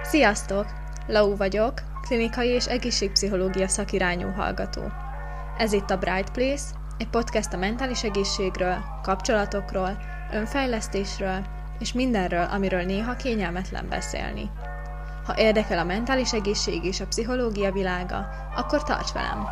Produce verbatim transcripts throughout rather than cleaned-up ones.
Sziasztok! Lau vagyok, klinikai és egészségpszichológia szakirányú hallgató. Ez itt a Bright Place, egy podcast a mentális egészségről, kapcsolatokról, önfejlesztésről és mindenről, amiről néha kényelmetlen beszélni. Ha érdekel a mentális egészség és a pszichológia világa, akkor tarts velem!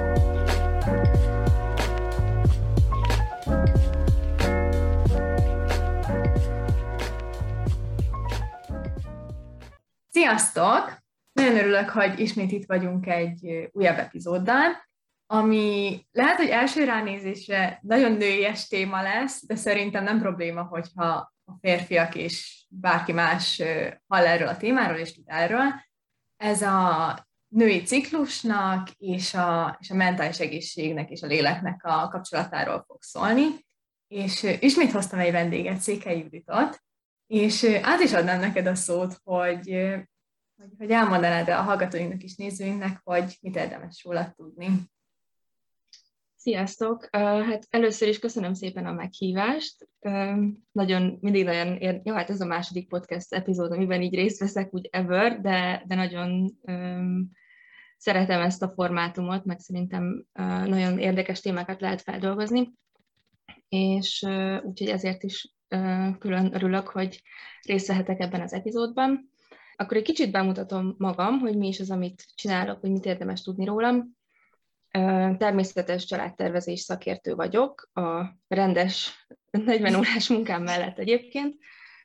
Sziasztok! Nagyon örülök, hogy ismét itt vagyunk egy újabb epizóddal, ami lehet, hogy első ránézésre nagyon nőies téma lesz, de szerintem nem probléma, hogyha a férfiak és bárki más hall erről a témáról és tud erről. Ez a női ciklusnak és a, és a mentális egészségnek és a léleknek a kapcsolatáról fog szólni. És ismét hoztam egy vendéget, Székely Juditot, és át is adnám neked a szót, hogy, hogy, hogy elmondanád a hallgatóinknak és nézőinknek, hogy mit érdemes róla tudni. Sziasztok! Hát először is köszönöm szépen a meghívást. Nagyon, mindig nagyon ér... Jó, hát ez a második podcast epizód, amiben így részt veszek, úgy ever, de, de nagyon um, szeretem ezt a formátumot, meg szerintem uh, nagyon érdekes témákat lehet feldolgozni, és uh, úgyhogy ezért is uh, külön örülök, hogy részt vehetek ebben az epizódban. Akkor egy kicsit bemutatom magam, hogy mi is az, amit csinálok, hogy mit érdemes tudni rólam. Természetes családtervezés szakértő vagyok, a rendes negyven órás munkám mellett egyébként,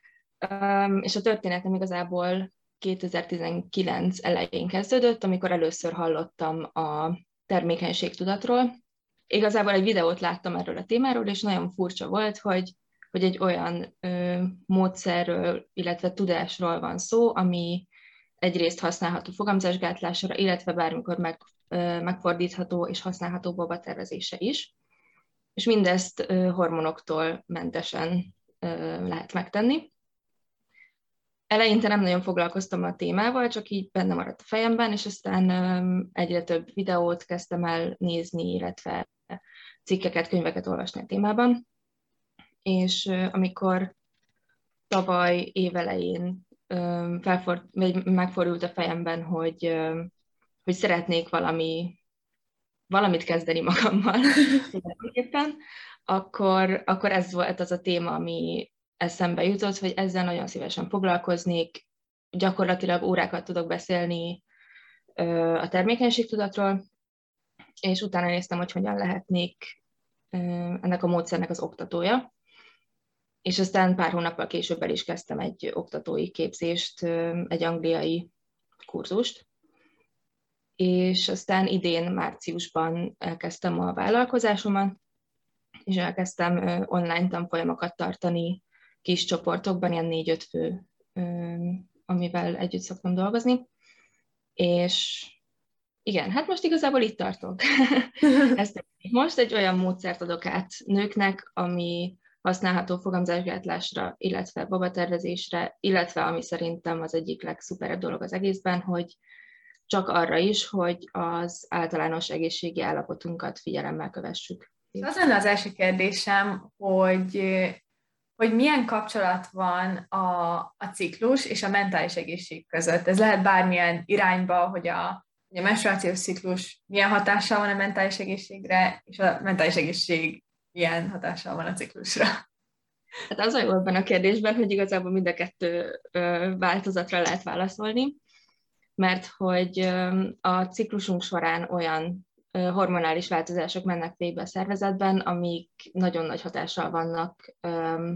és a történetem igazából kétezer-tizenkilenc elején kezdődött, amikor először hallottam a termékenységtudatról. Igazából egy videót láttam erről a témáról, és nagyon furcsa volt, hogy, hogy egy olyan ö, módszerről, illetve tudásról van szó, ami egyrészt használható fogamzásgátlásra, illetve bármikor meg, ö, megfordítható és használható babatervezésre is. És mindezt ö, hormonoktól mentesen ö, lehet megtenni. Eleinte nem nagyon foglalkoztam a témával, csak így benne maradt a fejemben, és aztán ö, egyre több videót kezdtem el nézni, illetve cikkeket, könyveket olvasni a témában. És ö, amikor tavaly évelején Felford, megfordult a fejemben, hogy, hogy szeretnék valami, valamit kezdeni magammal, akkor, akkor ez volt az a téma, ami eszembe jutott, hogy ezzel nagyon szívesen foglalkoznék. Gyakorlatilag órákat tudok beszélni a termékenységtudatról, és utána néztem, hogy hogyan lehetnék ennek a módszernek az oktatója. És aztán pár hónappal később el is kezdtem egy oktatói képzést, egy angliai kurzust, és aztán idén márciusban elkezdtem a vállalkozásomat, és elkezdtem online tanfolyamokat tartani kis csoportokban, ilyen négy-öt fő, amivel együtt szoktam dolgozni, és igen, hát most igazából itt tartok. Ezt most egy olyan módszert adok át nőknek, ami használható fogamzásgátlásra, illetve babatervezésre, illetve ami szerintem az egyik legszuperebb dolog az egészben, hogy csak arra is, hogy az általános egészségi állapotunkat figyelemmel kövessük. Az lenne az első kérdésem, hogy, hogy milyen kapcsolat van a, a ciklus és a mentális egészség között. Ez lehet bármilyen irányba, hogy a, hogy a menstruációs ciklus milyen hatással van a mentális egészségre, és a mentális egészség milyen hatással van a ciklusra. Hát az a jó ebben a kérdésben, hogy igazából mind a kettő ö, változatra lehet válaszolni, mert hogy ö, a ciklusunk során olyan ö, hormonális változások mennek végbe a szervezetben, amik nagyon nagy hatással vannak ö,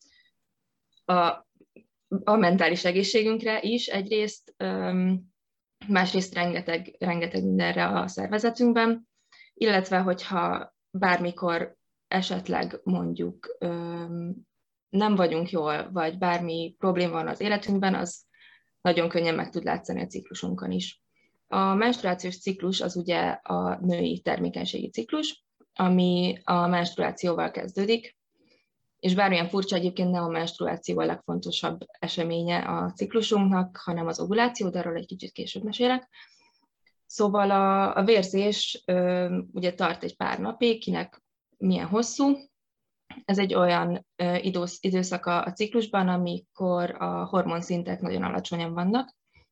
a, a mentális egészségünkre is egyrészt, ö, másrészt rengeteg, rengeteg mindenre a szervezetünkben, illetve hogyha bármikor esetleg mondjuk öm, nem vagyunk jól, vagy bármi probléma van az életünkben, az nagyon könnyen meg tud látszani a ciklusunkon is. A menstruációs ciklus az ugye a női termékenységi ciklus, ami a menstruációval kezdődik, és bármilyen furcsa, egyébként nem a menstruáció a legfontosabb eseménye a ciklusunknak, hanem az ovuláció, de arról egy kicsit később mesélek. Szóval a, a vérzés ö, ugye tart egy pár napig, kinek milyen hosszú. Ez egy olyan időszaka a ciklusban, amikor a hormonszintek nagyon alacsonyan vannak,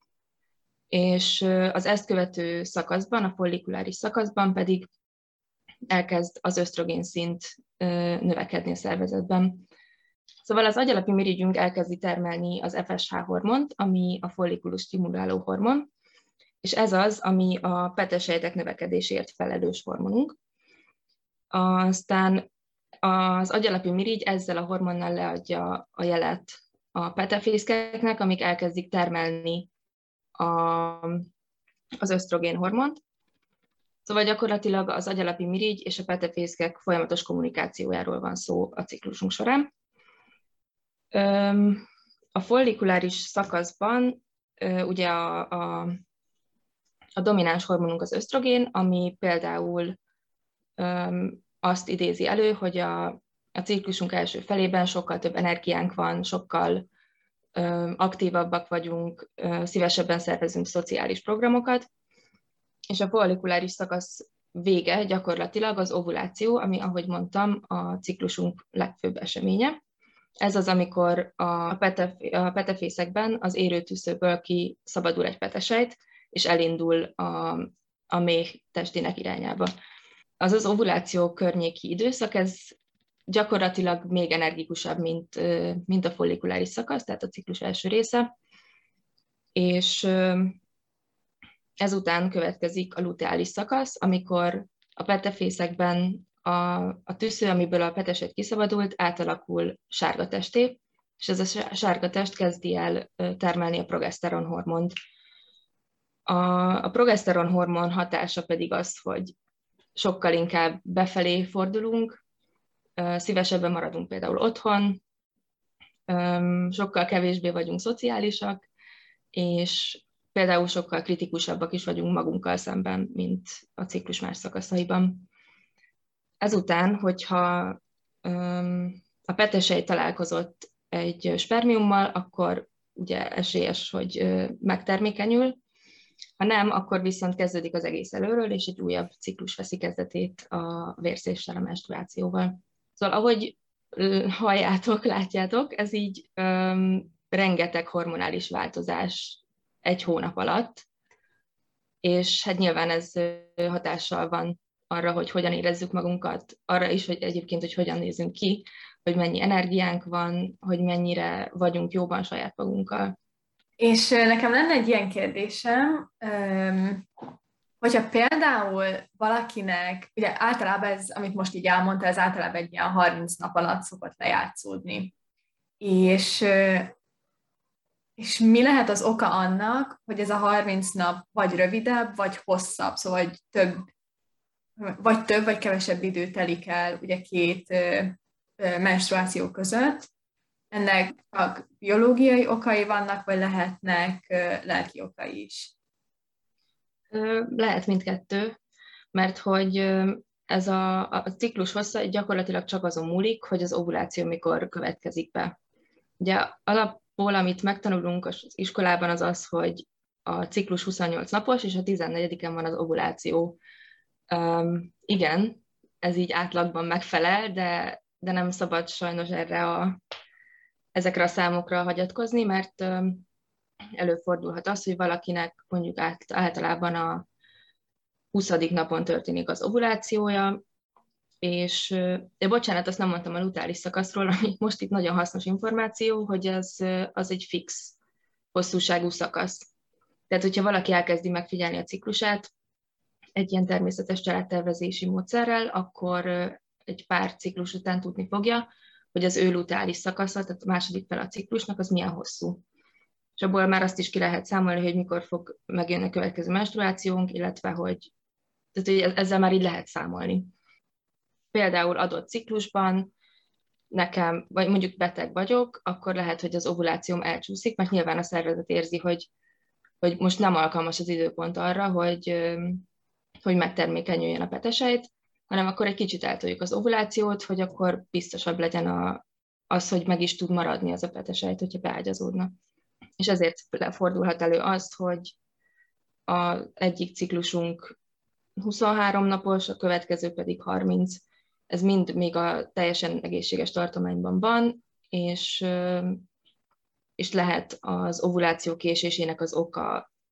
és az ezt követő szakaszban, a follikuláris szakaszban pedig elkezd az ösztrogén szint növekedni a szervezetben. Szóval az agyalapi mirigyünk elkezdi termelni az ef es há hormont, ami a follikulus stimuláló hormon, és ez az, ami a petesejtek növekedéséért felelős hormonunk. Aztán az agyalapi mirigy ezzel a hormonnal leadja a jelet a petefészkeknek, amik elkezdik termelni a, az ösztrogén hormont. Szóval gyakorlatilag az agyalapi mirigy és a petefészkek folyamatos kommunikációjáról van szó a ciklusunk során. A follikuláris szakaszban ugye a, a, a domináns hormonunk az ösztrogén, ami például azt idézi elő, hogy a, a ciklusunk első felében sokkal több energiánk van, sokkal aktívabbak vagyunk, szívesebben szervezünk szociális programokat, és a follikuláris szakasz vége gyakorlatilag az ovuláció, ami, ahogy mondtam, a ciklusunk legfőbb eseménye. Ez az, amikor a, petef, a petefészekben az érőtűszőből kiszabadul egy petesejt, és elindul a, a méh testének irányába. Az az ovuláció környéki időszak, ez gyakorlatilag még energikusabb, mint, mint a follikuláris szakasz, tehát a ciklus első része, és ezután következik a luteális szakasz, amikor a petefészekben a, a tüsző, amiből a petesejt kiszabadult, átalakul sárga testé, és ez a sárga test kezdi el termelni a progeszteron hormont. A, a progeszteron hormon hatása pedig az, hogy sokkal inkább befelé fordulunk, szívesebben maradunk például otthon, sokkal kevésbé vagyunk szociálisak, és például sokkal kritikusabbak is vagyunk magunkkal szemben, mint a ciklus más szakaszaiban. Ezután, hogyha a petesej találkozott egy spermiummal, akkor ugye esélyes, hogy megtermékenyül. Ha nem, akkor viszont kezdődik az egész előről, és egy újabb ciklus veszi kezdetét a vérszéssel, a menstruációval. Szóval ahogy halljátok, látjátok, ez így um, rengeteg hormonális változás egy hónap alatt, és hát nyilván ez hatással van arra, hogy hogyan érezzük magunkat, arra is, hogy egyébként, hogy hogyan nézünk ki, hogy mennyi energiánk van, hogy mennyire vagyunk jóban saját magunkkal. És nekem lenne egy ilyen kérdésem, hogyha például valakinek, ugye általában ez, amit most így elmondta, ez általában egy ilyen harminc nap alatt szokott lejátszódni. És, és mi lehet az oka annak, hogy ez a harminc nap vagy rövidebb, vagy hosszabb, szóval vagy több, vagy több, vagy kevesebb idő telik el ugye két menstruáció között. Ennek csak biológiai okai vannak, vagy lehetnek lelki okai is? Lehet mindkettő, mert hogy ez a, a ciklus hossza gyakorlatilag csak azon múlik, hogy az ovuláció mikor következik be. Ugye alapból, amit megtanulunk az iskolában, az az, hogy a ciklus huszonnyolc napos, és a tizennegyediken van az ovuláció. Um, igen, ez így átlagban megfelel, de, de nem szabad sajnos erre a, ezekre a számokra hagyatkozni, mert um, előfordulhat az, hogy valakinek mondjuk át, általában a huszadik napon történik az ovulációja, és de bocsánat, azt nem mondtam a luteális szakaszról, ami most itt nagyon hasznos információ, hogy az, az egy fix hosszúságú szakasz. Tehát, hogyha valaki elkezdi megfigyelni a ciklusát egy ilyen természetes családtervezési módszerrel, akkor egy pár ciklus után tudni fogja, hogy az ő luteális szakasza, tehát a második fel a ciklusnak, az milyen hosszú. És abból már azt is ki lehet számolni, hogy mikor fog megjönni a következő menstruációnk, illetve hogy, tehát, hogy ezzel már így lehet számolni. Például adott ciklusban nekem, vagy mondjuk beteg vagyok, akkor lehet, hogy az ovulációm elcsúszik, mert nyilván a szervezet érzi, hogy, hogy most nem alkalmas az időpont arra, hogy, hogy megtermékenyüljön a petesejt, hanem akkor egy kicsit eltoljuk az ovulációt, hogy akkor biztosabb legyen a, az, hogy meg is tud maradni az a petesejt, hogyha beágyazódna. És ezért fordulhat elő az, hogy az egyik ciklusunk huszonhárom napos, a következő pedig harminc. Ez mind még a teljesen egészséges tartományban van, és, és lehet az ovuláció késésének az oka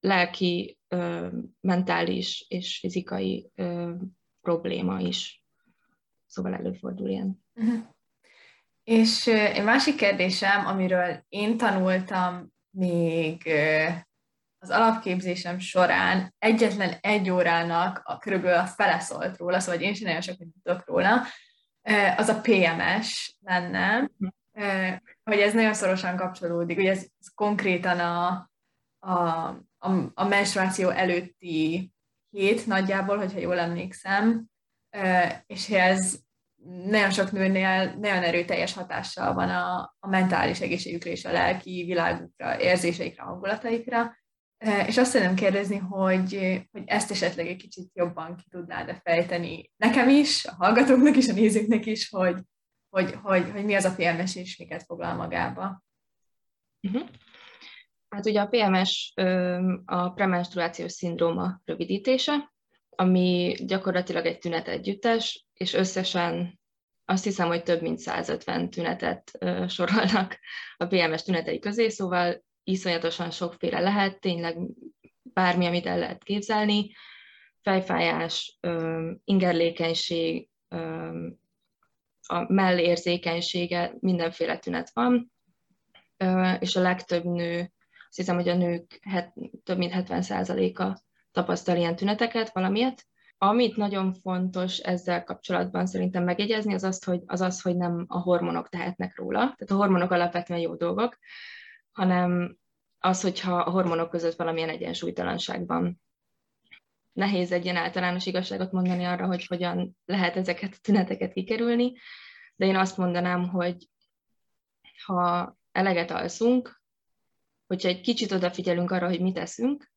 lelki, mentális és fizikai probléma is. Szóval előfordul ilyen. Uh-huh. És egy másik kérdésem, amiről én tanultam még az alapképzésem során, egyetlen egy órának a, körülbelül a fele szólt róla, szóval én sem nagyon sokat tudok róla, az a pé em es lenne, hogy ez nagyon szorosan kapcsolódik, ugye ez, ez konkrétan a, a, a, a menstruáció előtti hét nagyjából, hogyha jól emlékszem, és ez nagyon sok nőnél nagyon erőteljes hatással van a, a mentális egészségükre és a lelki világukra, érzéseikre, hangulataikra. És azt szeretném kérdezni, hogy, hogy ezt esetleg egy kicsit jobban ki tudnád fejteni nekem is, a hallgatóknak is, a nézőknek is, hogy, hogy, hogy, hogy mi az a pé em es és miket foglal magába. Uh-huh. Hát ugye a pé em es a premenstruációs szindróma rövidítése, ami gyakorlatilag egy tünetegyüttes, és összesen azt hiszem, hogy több mint százötven tünetet uh, sorolnak a pé em es tünetei közé, szóval iszonyatosan sokféle lehet, tényleg bármi, amit el lehet képzelni, fejfájás, um, ingerlékenység, um, a mellérzékenysége, mindenféle tünet van, uh, és a legtöbb nő, azt hiszem, hogy a nők het, több mint hetven százaléka tapasztal ilyen tüneteket valamiért. Amit nagyon fontos ezzel kapcsolatban szerintem megjegyezni, az az, hogy, az az, hogy nem a hormonok tehetnek róla. Tehát a hormonok alapvetően jó dolgok, hanem az, hogyha a hormonok között valamilyen egyensúlytalanság van. Nehéz egy ilyen általános igazságot mondani arra, hogy hogyan lehet ezeket a tüneteket kikerülni, de én azt mondanám, hogy ha eleget alszunk, hogyha egy kicsit odafigyelünk arra, hogy mit eszünk,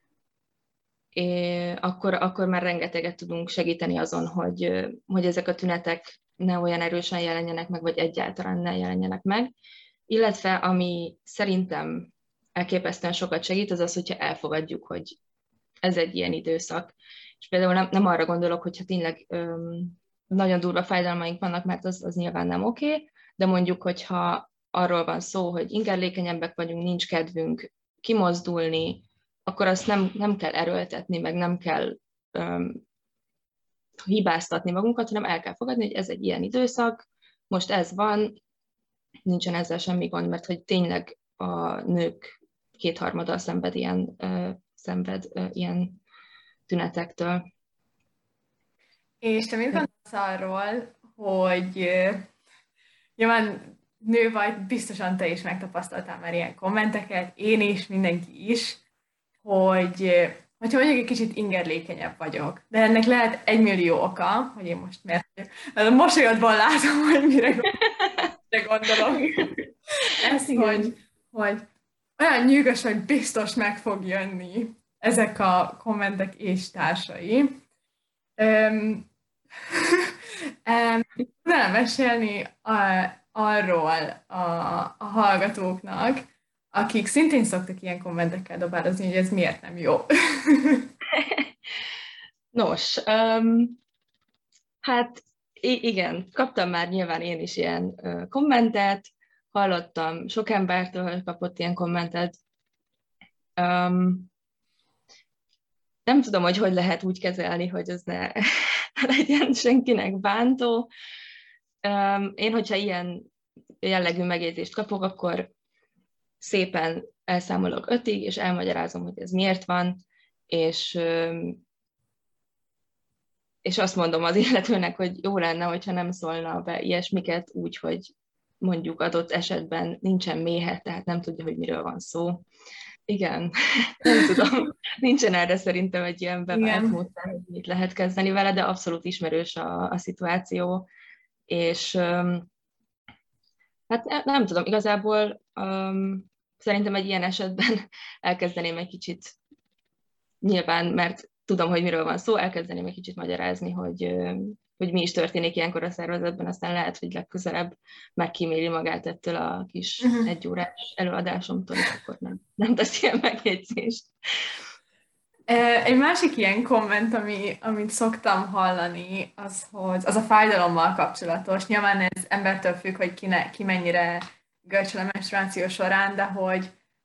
akkor, akkor már rengeteget tudunk segíteni azon, hogy, hogy ezek a tünetek ne olyan erősen jelenjenek meg, vagy egyáltalán ne jelenjenek meg. Illetve ami szerintem elképesztően sokat segít, az az, hogyha elfogadjuk, hogy ez egy ilyen időszak. És például nem, nem arra gondolok, hogyha tényleg öm, nagyon durva fájdalmaink vannak, mert az, az nyilván nem oké, okay, de mondjuk, hogyha arról van szó, hogy ingerlékenyebbek vagyunk, nincs kedvünk kimozdulni, akkor azt nem, nem kell erőltetni, meg nem kell öm, hibáztatni magunkat, hanem el kell fogadni, hogy ez egy ilyen időszak, most ez van, nincsen ezzel semmi gond, mert hogy tényleg a nők kétharmada szenved ilyen, ö, szenved ö, ilyen tünetektől. És te mit gondolsz arról, hogy nyilván nő vagy, biztosan te is megtapasztaltál már ilyen kommenteket, én is, mindenki is, hogy hogyha mondjuk egy kicsit ingerlékenyebb vagyok, de ennek lehet egymillió oka, hogy én most miért vagyok. A mosolyodból látom, hogy mire gondolok. Ez, hogy, hogy olyan nyűgös, hogy biztos meg fog jönni ezek a kommentek és társai. Um, um, Tudnál mesélni a, arról a, a hallgatóknak, akik szintén szoktak ilyen kommentekkel dobálozni, hogy ez miért nem jó. Nos, um, hát igen, kaptam már nyilván én is ilyen uh, kommentet, hallottam sok embertől, hogy kapott ilyen kommentet. Um, nem tudom, hogy hogy lehet úgy kezelni, hogy ez ne legyen senkinek bántó. Um, én, hogyha ilyen jellegű megjegyzést kapok, akkor szépen elszámolok ötig, és elmagyarázom, hogy ez miért van, és, és azt mondom az illetőnek, hogy jó lenne, hogyha nem szólna be ilyesmiket úgy, hogy mondjuk adott esetben nincsen méhe, tehát nem tudja, hogy miről van szó. Igen, nem tudom. Nincsen erre szerintem egy ilyen bevált módszer, hogy mit lehet kezdeni vele, de abszolút ismerős a, a szituáció, és um, hát nem, nem tudom, igazából um, szerintem egy ilyen esetben elkezdeném egy kicsit, nyilván, mert tudom, hogy miről van szó, elkezdeném egy kicsit magyarázni, hogy, hogy mi is történik ilyenkor a szervezetben, aztán lehet, hogy legközelebb megkíméli magát ettől a kis uh-huh. egyórás előadásomtól, és akkor nem, nem tesz ilyen megjegyzést. Egy másik ilyen komment, ami, amit szoktam hallani, az, hogy az a fájdalommal kapcsolatos. Nyilván ez embertől függ, hogy ki, ne, ki mennyire görcsöl a menstruáció során, de hogy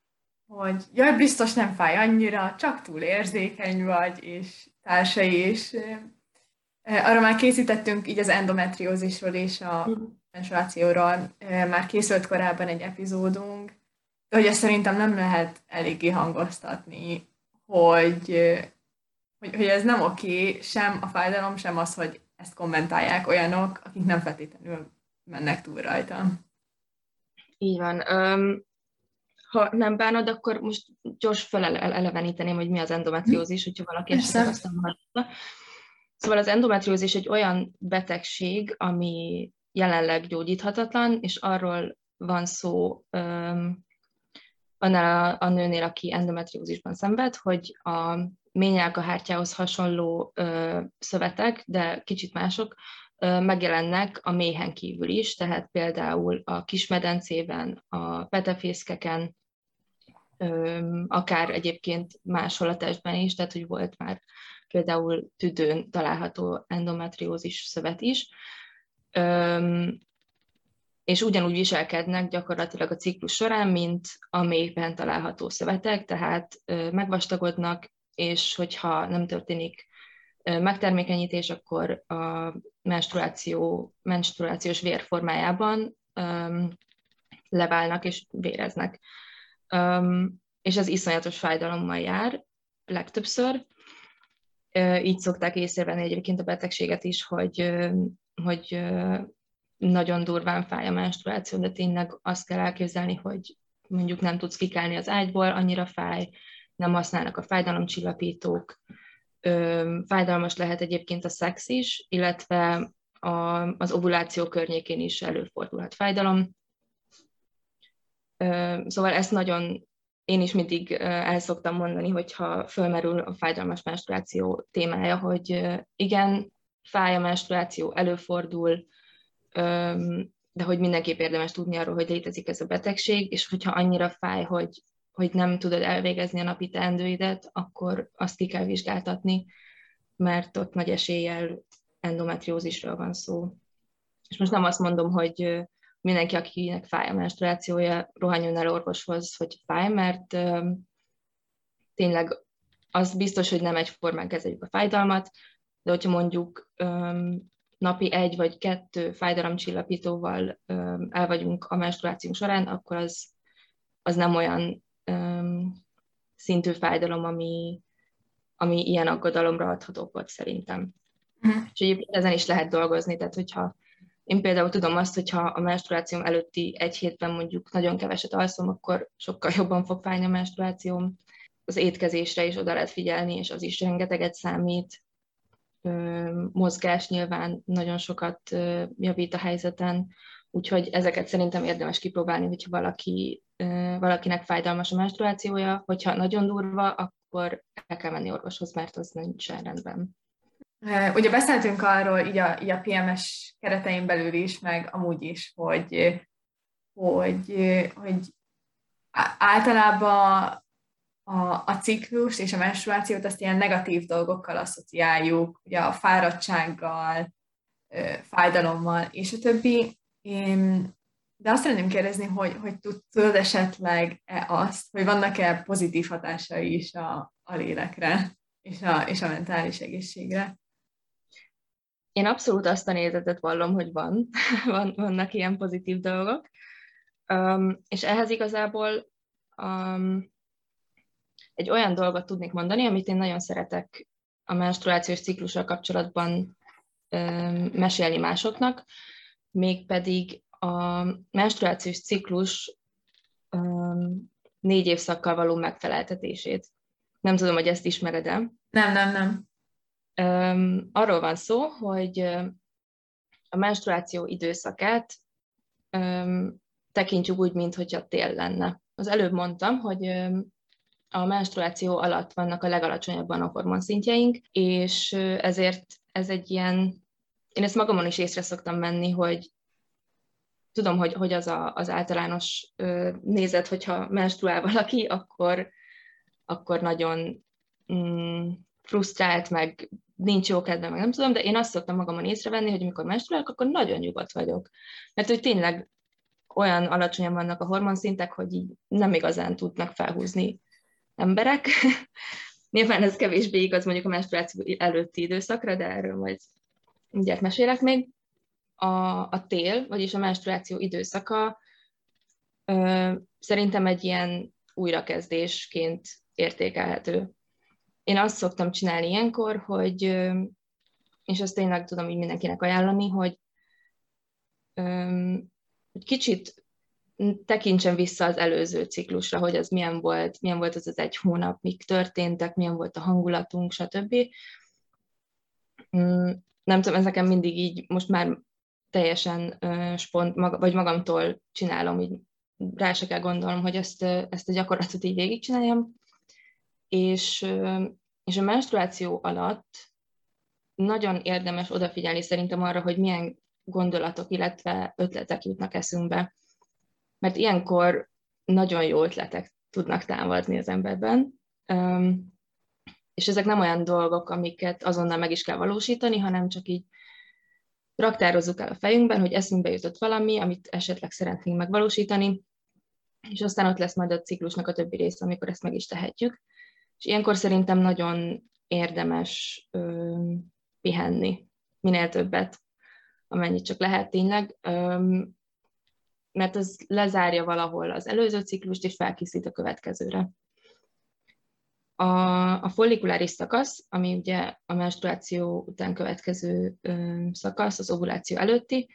hogy jaj, biztos nem fáj annyira, csak túl érzékeny vagy, és társai, és arra már készítettünk így az endometriózisról és a menstruációról, már készült korábban egy epizódunk, de hogy ezt szerintem nem lehet eléggé hangoztatni, hogy, hogy, hogy ez nem oké, sem a fájdalom, sem az, hogy ezt kommentálják olyanok, akik nem feltétlenül mennek túl rajta. Így van. Um, ha nem bánod, akkor most gyors feleleveníteném, hogy mi az endometriózis, hogyha valaki esetleg azt nem hallotta. Szóval az endometriózis egy olyan betegség, ami jelenleg gyógyíthatatlan, és arról van szó um, annál a, a nőnél, aki endometriózisban szenved, hogy a méhnyálkahártyához hasonló ö, szövetek, de kicsit mások, ö, megjelennek a méhen kívül is, tehát például a kismedencében, a petefészkeken, ö, akár egyébként máshol a testben is, tehát hogy volt már például tüdőn található endometriózis szövet is, ö, és ugyanúgy viselkednek gyakorlatilag a ciklus során, mint a méhben található szövetek, tehát ö, megvastagodnak, és hogyha nem történik megtermékenyítés, akkor a menstruáció, menstruációs vér formájában um, leválnak és véreznek. Um, és ez iszonyatos fájdalommal jár legtöbbször. Uh, így szokták észrevenni egyébként a betegséget is, hogy, uh, hogy uh, nagyon durván fáj a menstruáció, de tényleg azt kell elképzelni, hogy mondjuk nem tudsz kikelni az ágyból, annyira fáj, nem használnak a fájdalomcsillapítók. Ö, fájdalmas lehet egyébként a szex is, illetve a, az ovuláció környékén is előfordulhat fájdalom. Ö, szóval ezt nagyon, én is mindig el szoktam mondani, hogyha fölmerül a fájdalmas menstruáció témája, hogy igen, fáj a menstruáció, előfordul, ö, de hogy mindenképp érdemes tudni arról, hogy létezik ez a betegség, és hogyha annyira fáj, hogy hogy nem tudod elvégezni a napi teendőidet, akkor azt ki kell vizsgáltatni, mert ott nagy eséllyel endometriózisről van szó. És most nem azt mondom, hogy mindenki, akinek fáj a menstruációja, rohanjon el orvoshoz, hogy fáj, mert tényleg az biztos, hogy nem egyformán kezeljük a fájdalmat, de hogyha mondjuk napi egy vagy kettő fájdalomcsillapítóval el vagyunk a menstruációnk során, akkor az, az nem olyan szintű fájdalom, ami, ami ilyen aggodalomra adható okot szerintem. Uh-huh. És egyébként ezen is lehet dolgozni, tehát hogyha én például tudom azt, hogyha a menstruációm előtti egy hétben mondjuk nagyon keveset alszom, akkor sokkal jobban fog fájni a menstruációm. Az étkezésre is oda lehet figyelni, és az is rengeteget számít. Mozgás nyilván nagyon sokat javít a helyzeten, úgyhogy ezeket szerintem érdemes kipróbálni, hogyha valaki, valakinek fájdalmas a menstruációja, hogyha nagyon durva, akkor el kell menni orvoshoz, mert az nincsen rendben. Ugye beszéltünk arról így a, így a pé em es keretein belül is, meg amúgy is, hogy, hogy, hogy általában a, a ciklus és a menstruációt azt ilyen negatív dolgokkal asszociáljuk, ugye a fáradtsággal, fájdalommal és a többi. Én, de azt szeretném kérdezni, hogy, hogy tudod esetleg-e azt, hogy vannak-e pozitív hatásai is a, a lélekre és a, és a mentális egészségre? Én abszolút azt a nézetet vallom, hogy van, van vannak ilyen pozitív dolgok, um, és ehhez igazából um, egy olyan dolgot tudnék mondani, amit én nagyon szeretek a menstruációs ciklussal kapcsolatban um, mesélni másoknak, mégpedig a menstruációs ciklus um, négy évszakkal való megfeleltetését. Nem tudom, hogy ezt ismered-e? Nem, nem, nem. Um, arról van szó, hogy a menstruáció időszakát um, tekintjük úgy, mintha tél lenne. Az előbb mondtam, hogy um, a menstruáció alatt vannak a legalacsonyabban a hormonszintjeink, és ezért ez egy ilyen, én ezt magamon is észre szoktam venni, hogy tudom, hogy, hogy az a, az általános ö, nézet, hogyha menstruál valaki, akkor, akkor nagyon mm, frusztrált, meg nincs jó kedve, meg nem tudom, de én azt szoktam magamon észrevenni, hogy amikor menstruálok, akkor nagyon nyugodt vagyok. Mert hogy tényleg olyan alacsonyan vannak a hormonszintek, hogy így nem igazán tudnak felhúzni emberek. Nyilván ez kevésbé igaz mondjuk a menstruáció előtti időszakra, de erről majd mindjárt mesélek még. A, a tél, vagyis a menstruáció időszaka ö, szerintem egy ilyen újrakezdésként értékelhető. Én azt szoktam csinálni ilyenkor, hogy, ö, és azt tényleg tudom így mindenkinek ajánlani, hogy ö, kicsit tekintsen vissza az előző ciklusra, hogy az milyen volt, milyen volt az az egy hónap, mik történtek, milyen volt a hangulatunk, stb. Nem tudom, ez nekem mindig így most már teljesen uh, spont, maga, vagy magamtól csinálom, így rá se kell gondolnom, hogy ezt, ezt a gyakorlatot így végigcsináljam. És, uh, és a menstruáció alatt nagyon érdemes odafigyelni szerintem arra, hogy milyen gondolatok, illetve ötletek jutnak eszünkbe. Mert ilyenkor nagyon jó ötletek tudnak támadni az emberben. Um, és ezek nem olyan dolgok, amiket azonnal meg is kell valósítani, hanem csak így raktározzuk el a fejünkben, hogy eszünkbe jutott valami, amit esetleg szeretnénk megvalósítani, és aztán ott lesz majd a ciklusnak a többi része, amikor ezt meg is tehetjük. És ilyenkor szerintem nagyon érdemes ö, pihenni, minél többet, amennyit csak lehet tényleg, ö, mert az lezárja valahol az előző ciklust, és felkészít a következőre. A, a follikuláris szakasz, ami ugye a menstruáció után következő ö, szakasz, az ovuláció előtti,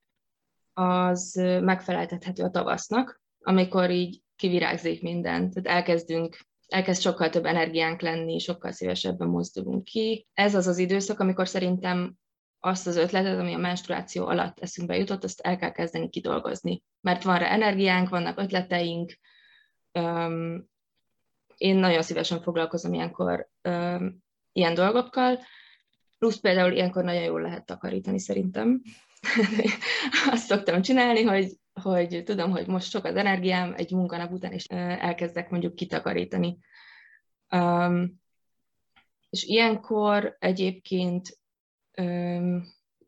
az megfeleltethető a tavasznak, amikor így kivirágzik minden. Tehát elkezdünk, elkezd sokkal több energiánk lenni, sokkal szívesebben mozdulunk ki. Ez az az időszak, amikor szerintem azt az ötletet, ami a menstruáció alatt eszünkbe jutott, azt el kell kezdeni kidolgozni. Mert van rá energiánk, vannak ötleteink. Öm, én nagyon szívesen foglalkozom ilyenkor öm, ilyen dolgokkal, plusz például ilyenkor nagyon jól lehet takarítani szerintem. Azt szoktam csinálni, hogy, hogy tudom, hogy most sok az energiám, egy munkanap után is elkezdek mondjuk kitakarítani. Um, és ilyenkor egyébként um,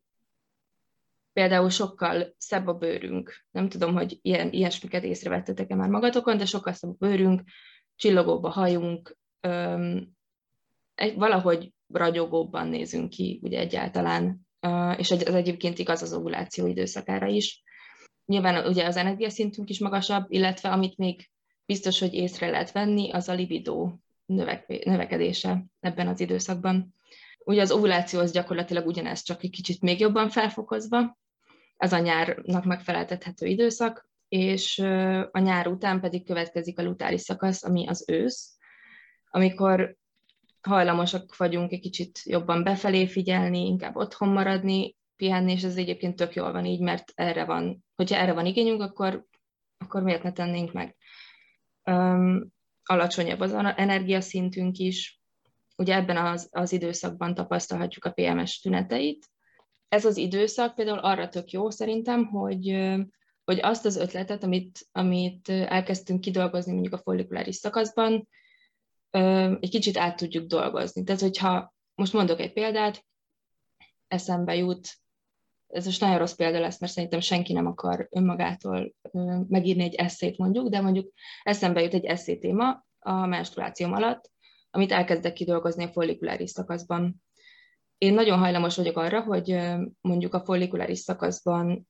például sokkal szebb a bőrünk. Nem tudom, hogy ilyen, ilyesmiket észrevettetek-e már magatokon, de sokkal szebb a bőrünk, csillogóbb a hajunk, um, egy, valahogy ragyogóbban nézünk ki, ugye egyáltalán. Uh, és az egyébként igaz az ovuláció időszakára is. Nyilván ugye az energiaszintünk is magasabb, illetve amit még biztos, hogy észre lehet venni, az a libidó növek- növekedése ebben az időszakban. Ugye az ovuláció az gyakorlatilag ugyanez, csak egy kicsit még jobban felfokozva. Ez a nyárnak megfeleltethető időszak, és uh, a nyár után pedig következik a lutális szakasz, ami az ősz, amikor hajlamosak vagyunk egy kicsit jobban befelé figyelni, inkább otthon maradni, pihenni, és ez egyébként tök jól van így, mert erre van, hogyha erre van igényünk, akkor, akkor miért ne tennénk meg. Um, alacsonyabb az energiaszintünk is, ugye ebben az, az időszakban tapasztalhatjuk a pé em es tüneteit. Ez az időszak például arra tök jó szerintem, hogy, hogy azt az ötletet, amit, amit elkezdtünk kidolgozni mondjuk a follikuláris szakaszban, egy kicsit át tudjuk dolgozni. Tehát, hogyha most mondok egy példát, eszembe jut, ez most nagyon rossz példa lesz, mert szerintem senki nem akar önmagától megírni egy esszét mondjuk, de mondjuk eszembe jut egy esszé téma a menstruációm alatt, amit elkezdek kidolgozni a follikuláris szakaszban. Én nagyon hajlamos vagyok arra, hogy mondjuk a follikuláris szakaszban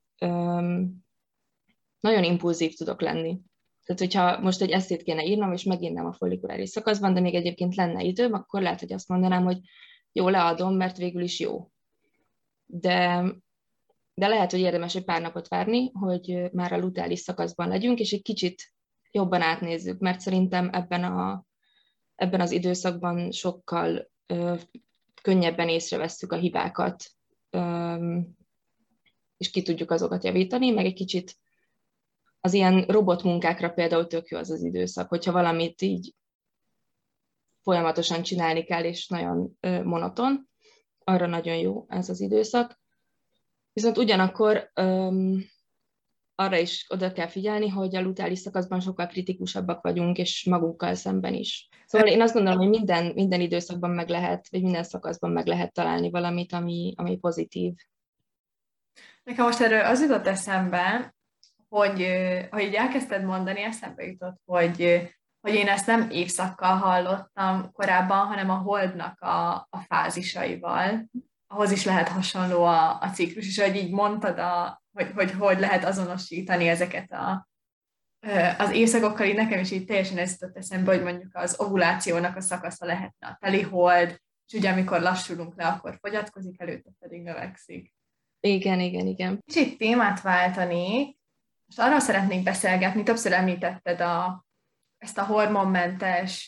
nagyon impulzív tudok lenni. Tehát, hogyha most egy esszét kéne írnom, és megírnám a follikuláris szakaszban, de még egyébként lenne időm, akkor lehet, hogy azt mondanám, hogy jó, leadom, mert végül is jó. De, de lehet, hogy érdemes egy pár napot várni, hogy már a lutális szakaszban legyünk, és egy kicsit jobban átnézzük, mert szerintem ebben, a, ebben az időszakban sokkal ö, könnyebben észrevesszük a hibákat, ö, és ki tudjuk azokat javítani, meg egy kicsit az ilyen robotmunkákra például tök jó az az időszak, hogyha valamit így folyamatosan csinálni kell, és nagyon ö, monoton, arra nagyon jó ez az időszak. Viszont ugyanakkor öm, arra is oda kell figyelni, hogy a lutális szakaszban sokkal kritikusabbak vagyunk, és magunkkal szemben is. Szóval én azt gondolom, hogy minden, minden időszakban meg lehet, vagy minden szakaszban meg lehet találni valamit, ami, ami pozitív. Nekem most erről az jutott eszembe, hogy, hogy így elkezdted mondani, eszembe jutott, hogy, hogy én ezt nem évszakkal hallottam korábban, hanem a holdnak a, a fázisaival. Ahhoz is lehet hasonló a, a ciklus, és hogy így mondtad, a, hogy, hogy hogy lehet azonosítani ezeket a, az évszakokkal, így nekem is így teljesen ez jutott eszembe, hogy mondjuk az ovulációnak a szakasza lehetne a teli hold, és ugye amikor lassulunk le, akkor fogyatkozik, előtte pedig növekszik. Igen, igen, igen. Kicsit témát váltanék, és arról szeretnék beszélgetni, többször említetted a, ezt a hormonmentes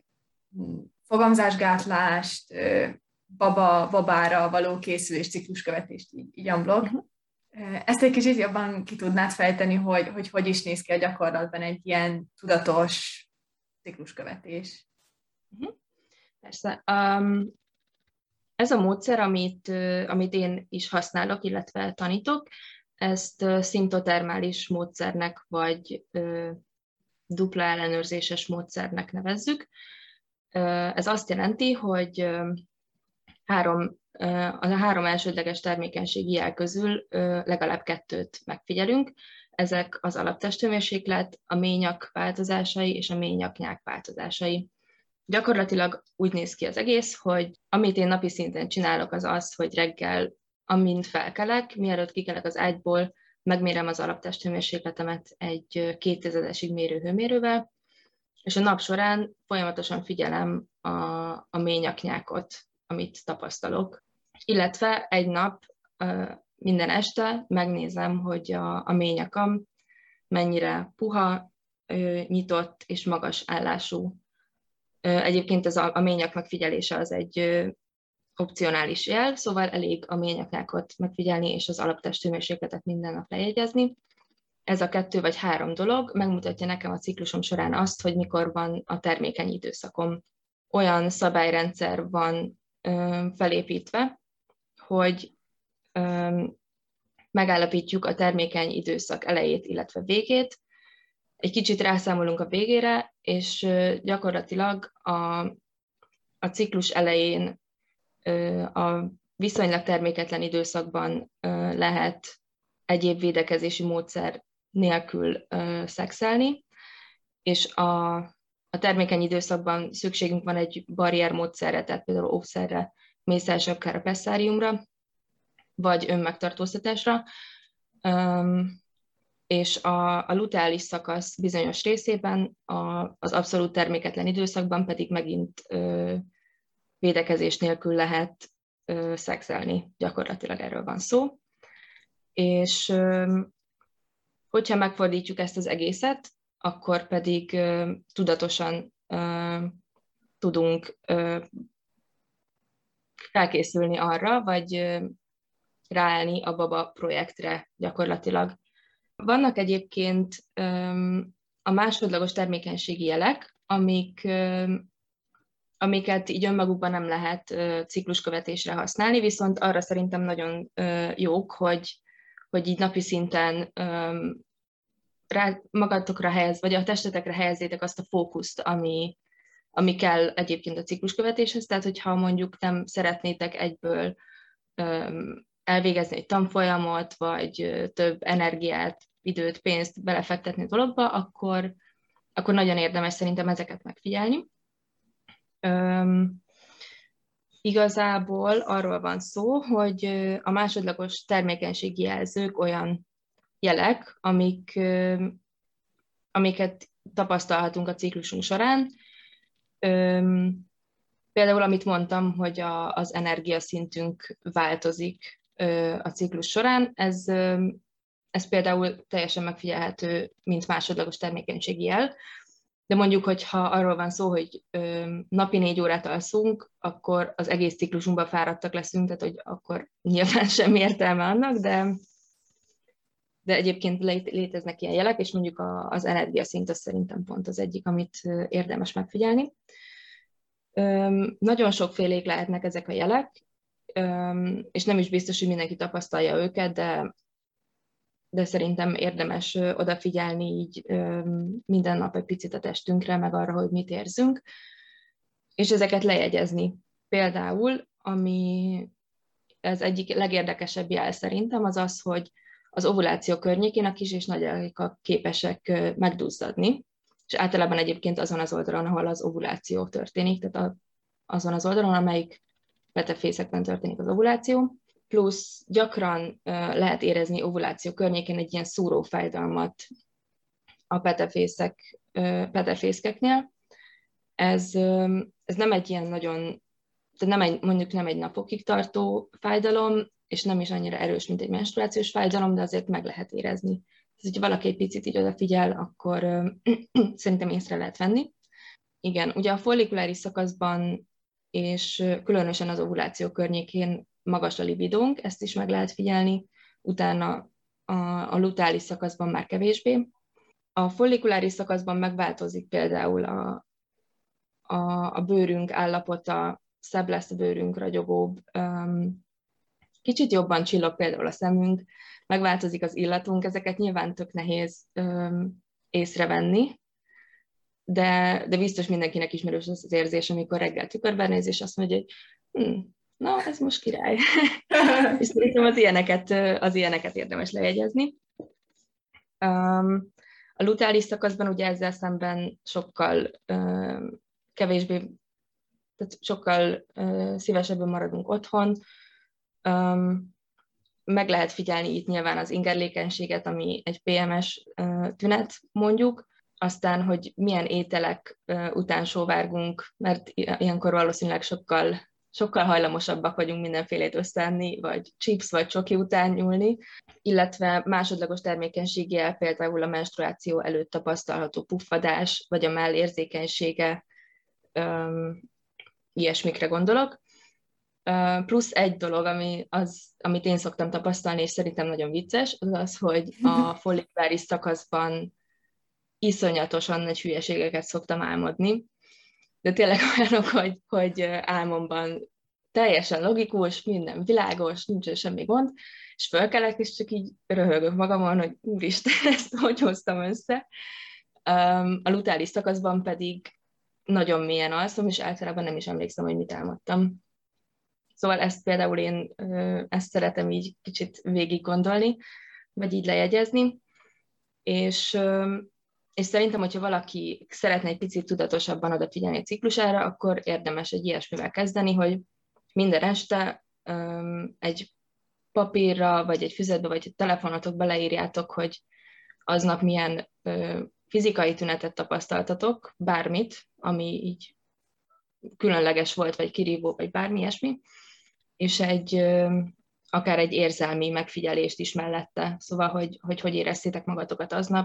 fogamzásgátlást, baba, babára való készülés, cikluskövetést így, így unblock. Uh-huh. Ezt egy kicsit jobban ki tudnád fejteni, hogy, hogy hogy is néz ki a gyakorlatban egy ilyen tudatos cikluskövetés. Uh-huh. Persze. Um, ez a módszer, amit, amit én is használok, illetve tanítok, ezt szimptotermális módszernek, vagy uh, dupla ellenőrzéses módszernek nevezzük. Uh, ez azt jelenti, hogy uh, három a három elsődleges termékenységi jel közül legalább kettőt megfigyelünk. Ezek az alaptesthőmérséklet, a ményak változásai és a ményaknyák változásai. Gyakorlatilag úgy néz ki az egész, hogy amit én napi szinten csinálok, az az, hogy reggel, amint felkelek, mielőtt kikelek az ágyból, megmérem az alaptesthőmérsékletemet egy kéttizedesig mérő hőmérővel, és a nap során folyamatosan figyelem a, a ményaknyákot, amit tapasztalok. Illetve egy nap minden este megnézem, hogy a, a ményakam mennyire puha, nyitott és magas állású. Egyébként ez a, a ményak megfigyelése az egy opcionális jel, szóval elég a ményaknyákot megfigyelni és az alaptesthőmérsékletet minden nap lejegyezni. Ez a kettő vagy három dolog megmutatja nekem a ciklusom során azt, hogy mikor van a termékeny időszakom. Olyan szabályrendszer van felépítve, hogy megállapítjuk a termékeny időszak elejét, illetve végét, egy kicsit rászámolunk a végére, és gyakorlatilag a, a ciklus elején a viszonylag terméketlen időszakban lehet egyéb védekezési módszer nélkül szexelni, és a A termékeny időszakban szükségünk van egy barriermódszerre, tehát például óvszerre, mészársabbkára, pesszáriumra, vagy önmegtartóztatásra, um, és a, a luteális szakasz bizonyos részében, a, az abszolút terméketlen időszakban pedig megint ö, védekezés nélkül lehet ö, szexelni, gyakorlatilag erről van szó. És ö, hogyha megfordítjuk ezt az egészet, akkor pedig uh, tudatosan uh, tudunk uh, felkészülni arra, vagy uh, ráállni a baba projektre gyakorlatilag. Vannak egyébként um, a másodlagos termékenységi jelek, amik, um, amiket így önmagukban nem lehet uh, cikluskövetésre használni, viszont arra szerintem nagyon uh, jók, hogy, hogy így napi szinten um, rá magatokra helyez, vagy a testetekre helyezzétek azt a fókuszt, ami, ami kell egyébként a cikluskövetéshez. Tehát, hogyha mondjuk nem szeretnétek egyből um, elvégezni egy tanfolyamot, vagy több energiát, időt, pénzt belefektetni a dologba, akkor, akkor nagyon érdemes szerintem ezeket megfigyelni. Um, igazából arról van szó, hogy a másodlagos termékenységi jelzők olyan jelek, amik, amiket tapasztalhatunk a ciklusunk során. Például, amit mondtam, hogy a, az energiaszintünk változik a ciklus során, ez, ez például teljesen megfigyelhető, mint másodlagos termékenységi jel. De mondjuk, hogyha arról van szó, hogy napi négy órát alszunk, akkor az egész ciklusunkban fáradtak leszünk, tehát hogy akkor nyilván semmi értelme annak, de de egyébként léteznek ilyen jelek, és mondjuk az energiaszint az szerintem pont az egyik, amit érdemes megfigyelni. Nagyon sokfélék lehetnek ezek a jelek, és nem is biztos, hogy mindenki tapasztalja őket, de, de szerintem érdemes odafigyelni így minden nap egy picit a testünkre, meg arra, hogy mit érzünk, és ezeket lejegyezni. Például, ami az egyik legérdekesebb jel szerintem, az az, hogy az ovuláció környékén a kis és nagy ajkak képesek megduzzadni, és általában egyébként azon az oldalon, ahol az ovuláció történik, tehát azon az oldalon, amelyik petefészekben történik az ovuláció, plusz gyakran lehet érezni ovuláció környékén egy ilyen szúrófájdalmat a petefészek, petefészkeknél. Ez, ez nem egy ilyen nagyon, tehát nem egy, mondjuk nem egy napokig tartó fájdalom, és nem is annyira erős, mint egy menstruációs fájdalom, de azért meg lehet érezni. Tehát, hogyha valaki egy picit így odafigyel, akkor szerintem észre lehet venni. Igen, ugye a follikuláris szakaszban, és különösen az ovuláció környékén magas a libidónk, ezt is meg lehet figyelni, utána a, a lutális szakaszban már kevésbé. A follikuláris szakaszban megváltozik például a, a, a bőrünk állapota, szebb lesz a bőrünk, ragyogóbb, um, kicsit jobban csillog például a szemünk, megváltozik az illatunk, ezeket nyilván tök nehéz um, észrevenni, de, de biztos mindenkinek ismerős az az érzés, amikor reggel tükörben néz, és azt mondja, hogy hm, na, ez most király. És szerintem az ilyeneket, az ilyeneket érdemes lejegyezni. Um, a lutális szakaszban ugye ezzel szemben sokkal um, kevésbé, tehát sokkal uh, szívesebben maradunk otthon. Um, meg lehet figyelni itt nyilván az ingerlékenységet, ami egy pé em es uh, tünet mondjuk, aztán, hogy milyen ételek uh, után sóvárgunk, mert ilyenkor valószínűleg sokkal, sokkal hajlamosabbak vagyunk mindenfélét összeadni, vagy chips vagy csoki után nyúlni, illetve másodlagos termékenységi jel például a menstruáció előtt tapasztalható puffadás, vagy a mell érzékenysége, um, ilyesmikre gondolok. Uh, plusz egy dolog, ami az, amit én szoktam tapasztalni, és szerintem nagyon vicces, az az, hogy a follikuláris szakaszban iszonyatosan nagy hülyeségeket szoktam álmodni, de tényleg olyanok, hogy, hogy álmomban teljesen logikus, minden világos, nincsen semmi gond, és fölkelek, és csak így röhögök magamon, hogy úristen, ezt hogy hoztam össze. Um, a lutális szakaszban pedig nagyon mélyen alszom, és általában nem is emlékszem, hogy mit álmodtam. Szóval ezt például én ezt szeretem így kicsit végig gondolni, vagy így lejegyezni, és, és szerintem, hogyha valaki szeretne egy picit tudatosabban odafigyelni a ciklusára, akkor érdemes egy ilyesmivel kezdeni, hogy minden este egy papírra, vagy egy füzetbe, vagy egy telefonatokba leírjátok, hogy aznap milyen fizikai tünetet tapasztaltatok, bármit, ami így különleges volt, vagy kirívó, vagy bármi ilyesmi, és egy, akár egy érzelmi megfigyelést is mellette, szóval, hogy hogy, hogy éreztétek magatokat aznap.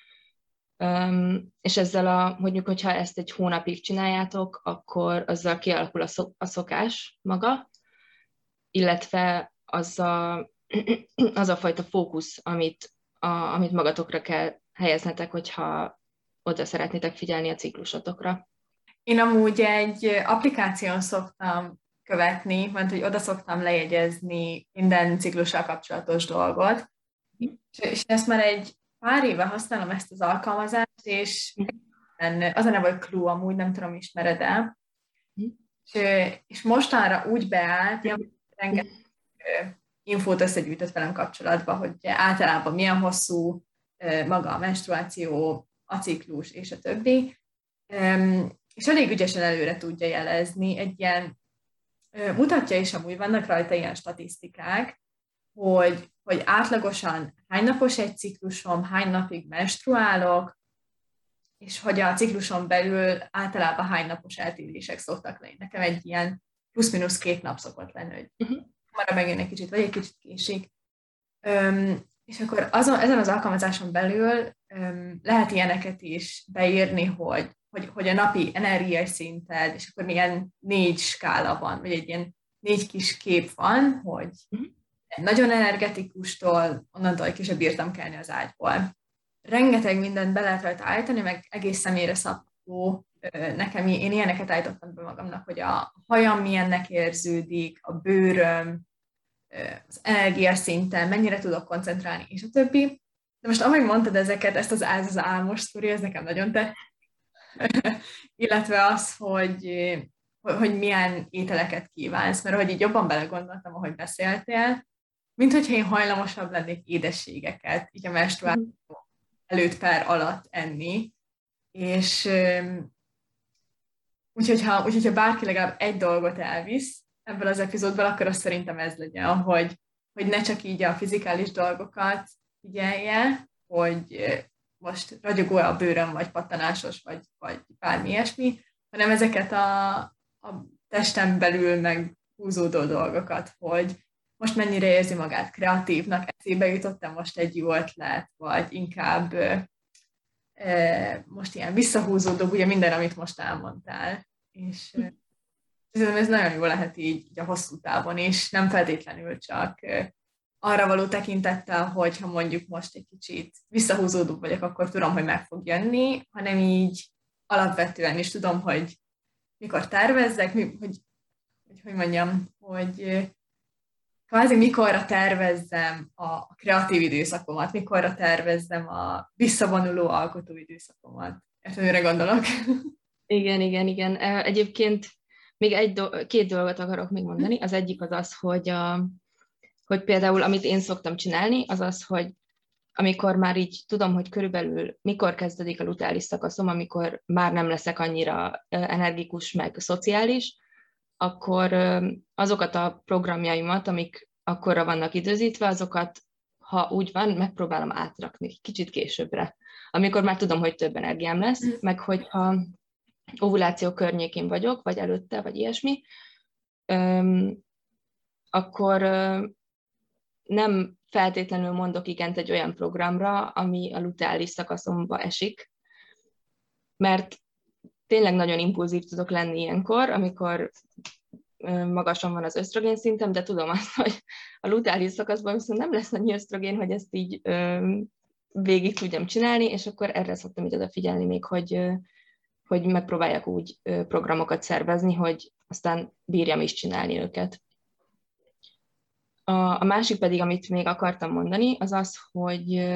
És ezzel, a, mondjuk, hogyha ezt egy hónapig csináljátok, akkor azzal kialakul a, szok, a szokás maga, illetve az a, az a fajta fókusz, amit, a, amit magatokra kell helyeznetek, hogyha oda szeretnétek figyelni a ciklusotokra. Én amúgy egy applikáción szoktam követni, mert hogy oda szoktam lejegyezni minden ciklussal kapcsolatos dolgot, és ezt már egy pár éve használom ezt az alkalmazást, és az a neve, hogy Clue, amúgy nem tudom, ismered-e, és, és mostanra úgy beállt, hogy rengeteg infót összegyűjtött velem kapcsolatban, hogy általában milyen hosszú maga a menstruáció, a ciklus és a többi, és elég ügyesen előre tudja jelezni. Egy ilyen mutatja is, amúgy vannak rajta ilyen statisztikák, hogy, hogy átlagosan hány napos egy ciklusom, hány napig menstruálok, és hogy a cikluson belül általában hány napos eltérések szoktak lenni. Nekem egy ilyen plusz-minusz két nap szokott lenni, hogy uh-huh. Mara megjön egy kicsit, vagy egy kicsit késik. Öm, és akkor azon, ezen az alkalmazáson belül öm, lehet ilyeneket is beírni, hogy Hogy, hogy a napi energiai szinted, és akkor milyen négy skála van, vagy egy ilyen négy kis kép van, hogy nagyon energetikustól, onnantól, hogy később bírtam kelni az ágyból. Rengeteg mindent be lehet rajta állítani, meg egész személyre szabható. Nekem, én ilyeneket állítottam be magamnak, hogy a hajam milyennek érződik, a bőröm, az energiaszinten, mennyire tudok koncentrálni, és a többi. De most, ahogy mondtad ezeket, ezt az ez az álmos sztori, ez nekem nagyon tett. Illetve az, hogy, hogy milyen ételeket kívánsz, mert ahogy így jobban belegondoltam, ahogy beszéltél, mint hogyha én hajlamosabb lennék édességeket, így a menstruáció előtt per alatt enni, és úgyhogy ha, úgyhogy ha bárki legalább egy dolgot elvisz ebből az epizódból, akkor azt szerintem ez legyen, hogy, hogy ne csak így a fizikális dolgokat figyelje, hogy most ragyogó a bőröm, vagy pattanásos, vagy, vagy bármi ilyesmi, hanem ezeket a, a testen belül meghúzódó dolgokat, hogy most mennyire érzi magát kreatívnak, eszébe jutottam most egy jó ötlet, vagy inkább e, most ilyen visszahúzódó, ugye minden, amit most elmondtál. És e, ez nagyon jó lehet így, így a hosszú távon is, nem feltétlenül csak e, arra való tekintettel, hogy ha mondjuk most egy kicsit visszahúzódó vagyok, akkor tudom, hogy meg fog jönni, hanem így alapvetően is tudom, hogy mikor tervezzek, hogy, hogy, hogy mondjam, hogy kvázi mikorra tervezzem a kreatív időszakomat, mikorra tervezzem a visszavonuló alkotó időszakomat. Ezt mire gondolok? Igen, igen, igen. Egyébként még egy do- két dolgot akarok még mondani. Az egyik az az, hogy, a, hogy például amit én szoktam csinálni, az az, hogy amikor már így tudom, hogy körülbelül mikor kezdődik a luteális szakaszom, amikor már nem leszek annyira energikus, meg szociális, akkor azokat a programjaimat, amik akkorra vannak időzítve, azokat, ha úgy van, megpróbálom átrakni kicsit későbbre. Amikor már tudom, hogy több energiám lesz, meg hogyha ovuláció környékén vagyok, vagy előtte, vagy ilyesmi, akkor nem feltétlenül mondok igent egy olyan programra, ami a luteális szakaszomba esik, mert tényleg nagyon impulzív tudok lenni ilyenkor, amikor magasan van az ösztrogén szintem, de tudom azt, hogy a luteális szakaszban viszont nem lesz annyi ösztrogén, hogy ezt így végig tudjam csinálni, és akkor erre szoktam így odafigyelni még, hogy, hogy megpróbáljak úgy programokat szervezni, hogy aztán bírjam is csinálni őket. A, a másik pedig, amit még akartam mondani, az az, hogy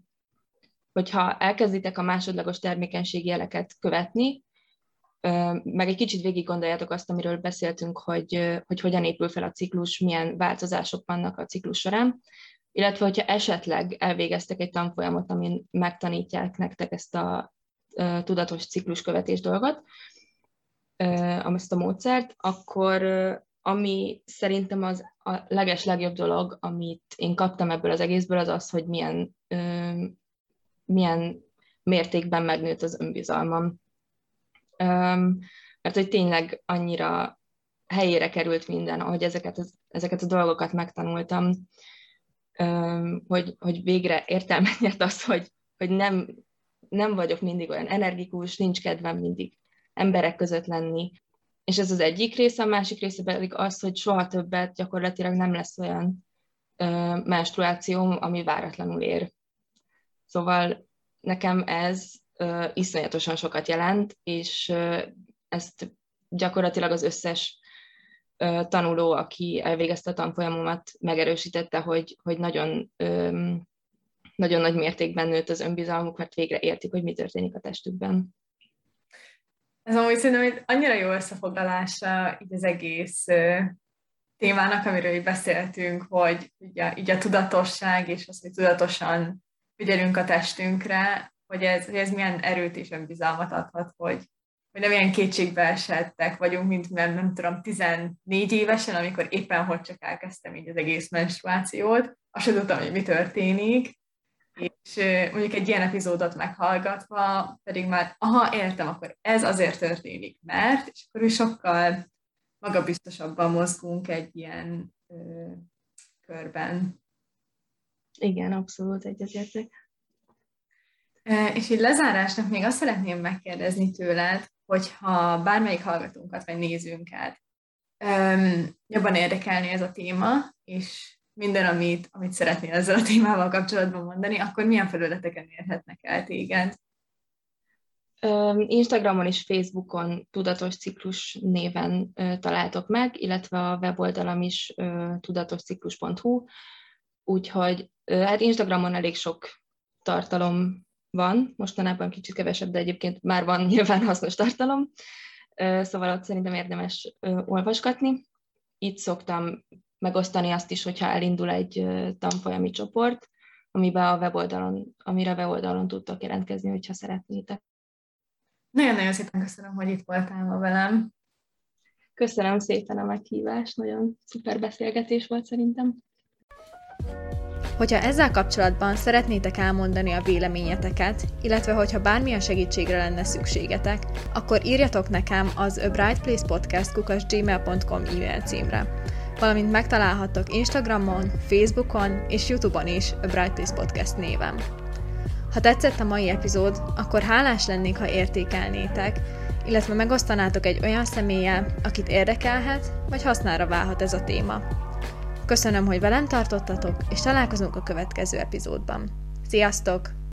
hogyha elkezditek a másodlagos termékenységi jeleket követni, meg egy kicsit végig gondoljátok azt, amiről beszéltünk, hogy, hogy hogyan épül fel a ciklus, milyen változások vannak a ciklus során, illetve hogyha esetleg elvégeztek egy tanfolyamot, amin megtanítják nektek ezt a uh, tudatos cikluskövetés dolgot, uh, ezt a módszert, akkor uh, ami szerintem az a leges legjobb dolog, amit én kaptam ebből az egészből, az az, hogy milyen, uh, milyen mértékben megnőtt az önbizalmam. Um, mert hogy tényleg annyira helyére került minden, ahogy ezeket, az, ezeket a dolgokat megtanultam, um, hogy, hogy végre értelmet nyert az, hogy, hogy nem, nem vagyok mindig olyan energikus, nincs kedvem mindig emberek között lenni. És ez az egyik része, a másik része pedig az, hogy soha többet gyakorlatilag nem lesz olyan uh, menstruációm, ami váratlanul ér. Szóval nekem ez Uh, iszonyatosan sokat jelent, és uh, ezt gyakorlatilag az összes uh, tanuló, aki elvégezte a tanfolyamomat, megerősítette, hogy, hogy nagyon, um, nagyon nagy mértékben nőtt az önbizalmuk, mert végre értik, hogy mi történik a testükben. Ez amúgy szerintem annyira jó összefoglalása így az egész uh, témának, amiről így beszéltünk, hogy így a, így a tudatosság, és az, hogy tudatosan figyelünk a testünkre, hogy ez, hogy ez milyen erőt és önbizalmat adhat, hogy, hogy nem ilyen kétségbe esettek vagyunk, mint nem, nem tudom, tizennégy évesen, amikor éppen hogy csak elkezdtem így az egész menstruációt, azt sem tudtam, hogy mi történik, és mondjuk egy ilyen epizódot meghallgatva pedig már, aha, értem, akkor ez azért történik, mert, és akkor is sokkal magabiztosabban mozgunk egy ilyen ö, körben. Igen, abszolút egyetértek. És így lezárásnak még azt szeretném megkérdezni tőled, hogyha bármelyik hallgatónkat vagy nézőnket um, jobban érdekelni ez a téma, és minden, amit, amit szeretnél ezzel a témával kapcsolatban mondani, akkor milyen felületeken érhetnek el téged? Instagramon és Facebookon Tudatos Ciklus néven találtok meg, illetve a weboldalam is tudatosciklus pont hu, úgyhogy hát Instagramon elég sok tartalom van, mostanában kicsit kevesebb, de egyébként már van nyilván hasznos tartalom, szóval ott szerintem érdemes olvasgatni. Itt szoktam megosztani azt is, hogyha elindul egy tanfolyami csoport, amiben a weboldalon, amire a weboldalon tudtok jelentkezni, hogyha szeretnétek. Nagyon-nagyon szépen köszönöm, hogy itt voltál ma velem. Köszönöm szépen a meghívást, nagyon szuper beszélgetés volt szerintem. Hogyha ezzel kapcsolatban szeretnétek elmondani a véleményeteket, illetve hogyha bármilyen segítségre lenne szükségetek, akkor írjatok nekem az a bright place podcast kukac gmail pont com e-mail címre, valamint megtalálhattok Instagramon, Facebookon és YouTube-on is a Bright Place Podcast néven. Ha tetszett a mai epizód, akkor hálás lennék, ha értékelnétek, illetve megosztanátok egy olyan személlyel, akit érdekelhet, vagy hasznára válhat ez a téma. Köszönöm, hogy velem tartottatok, és találkozunk a következő epizódban. Sziasztok!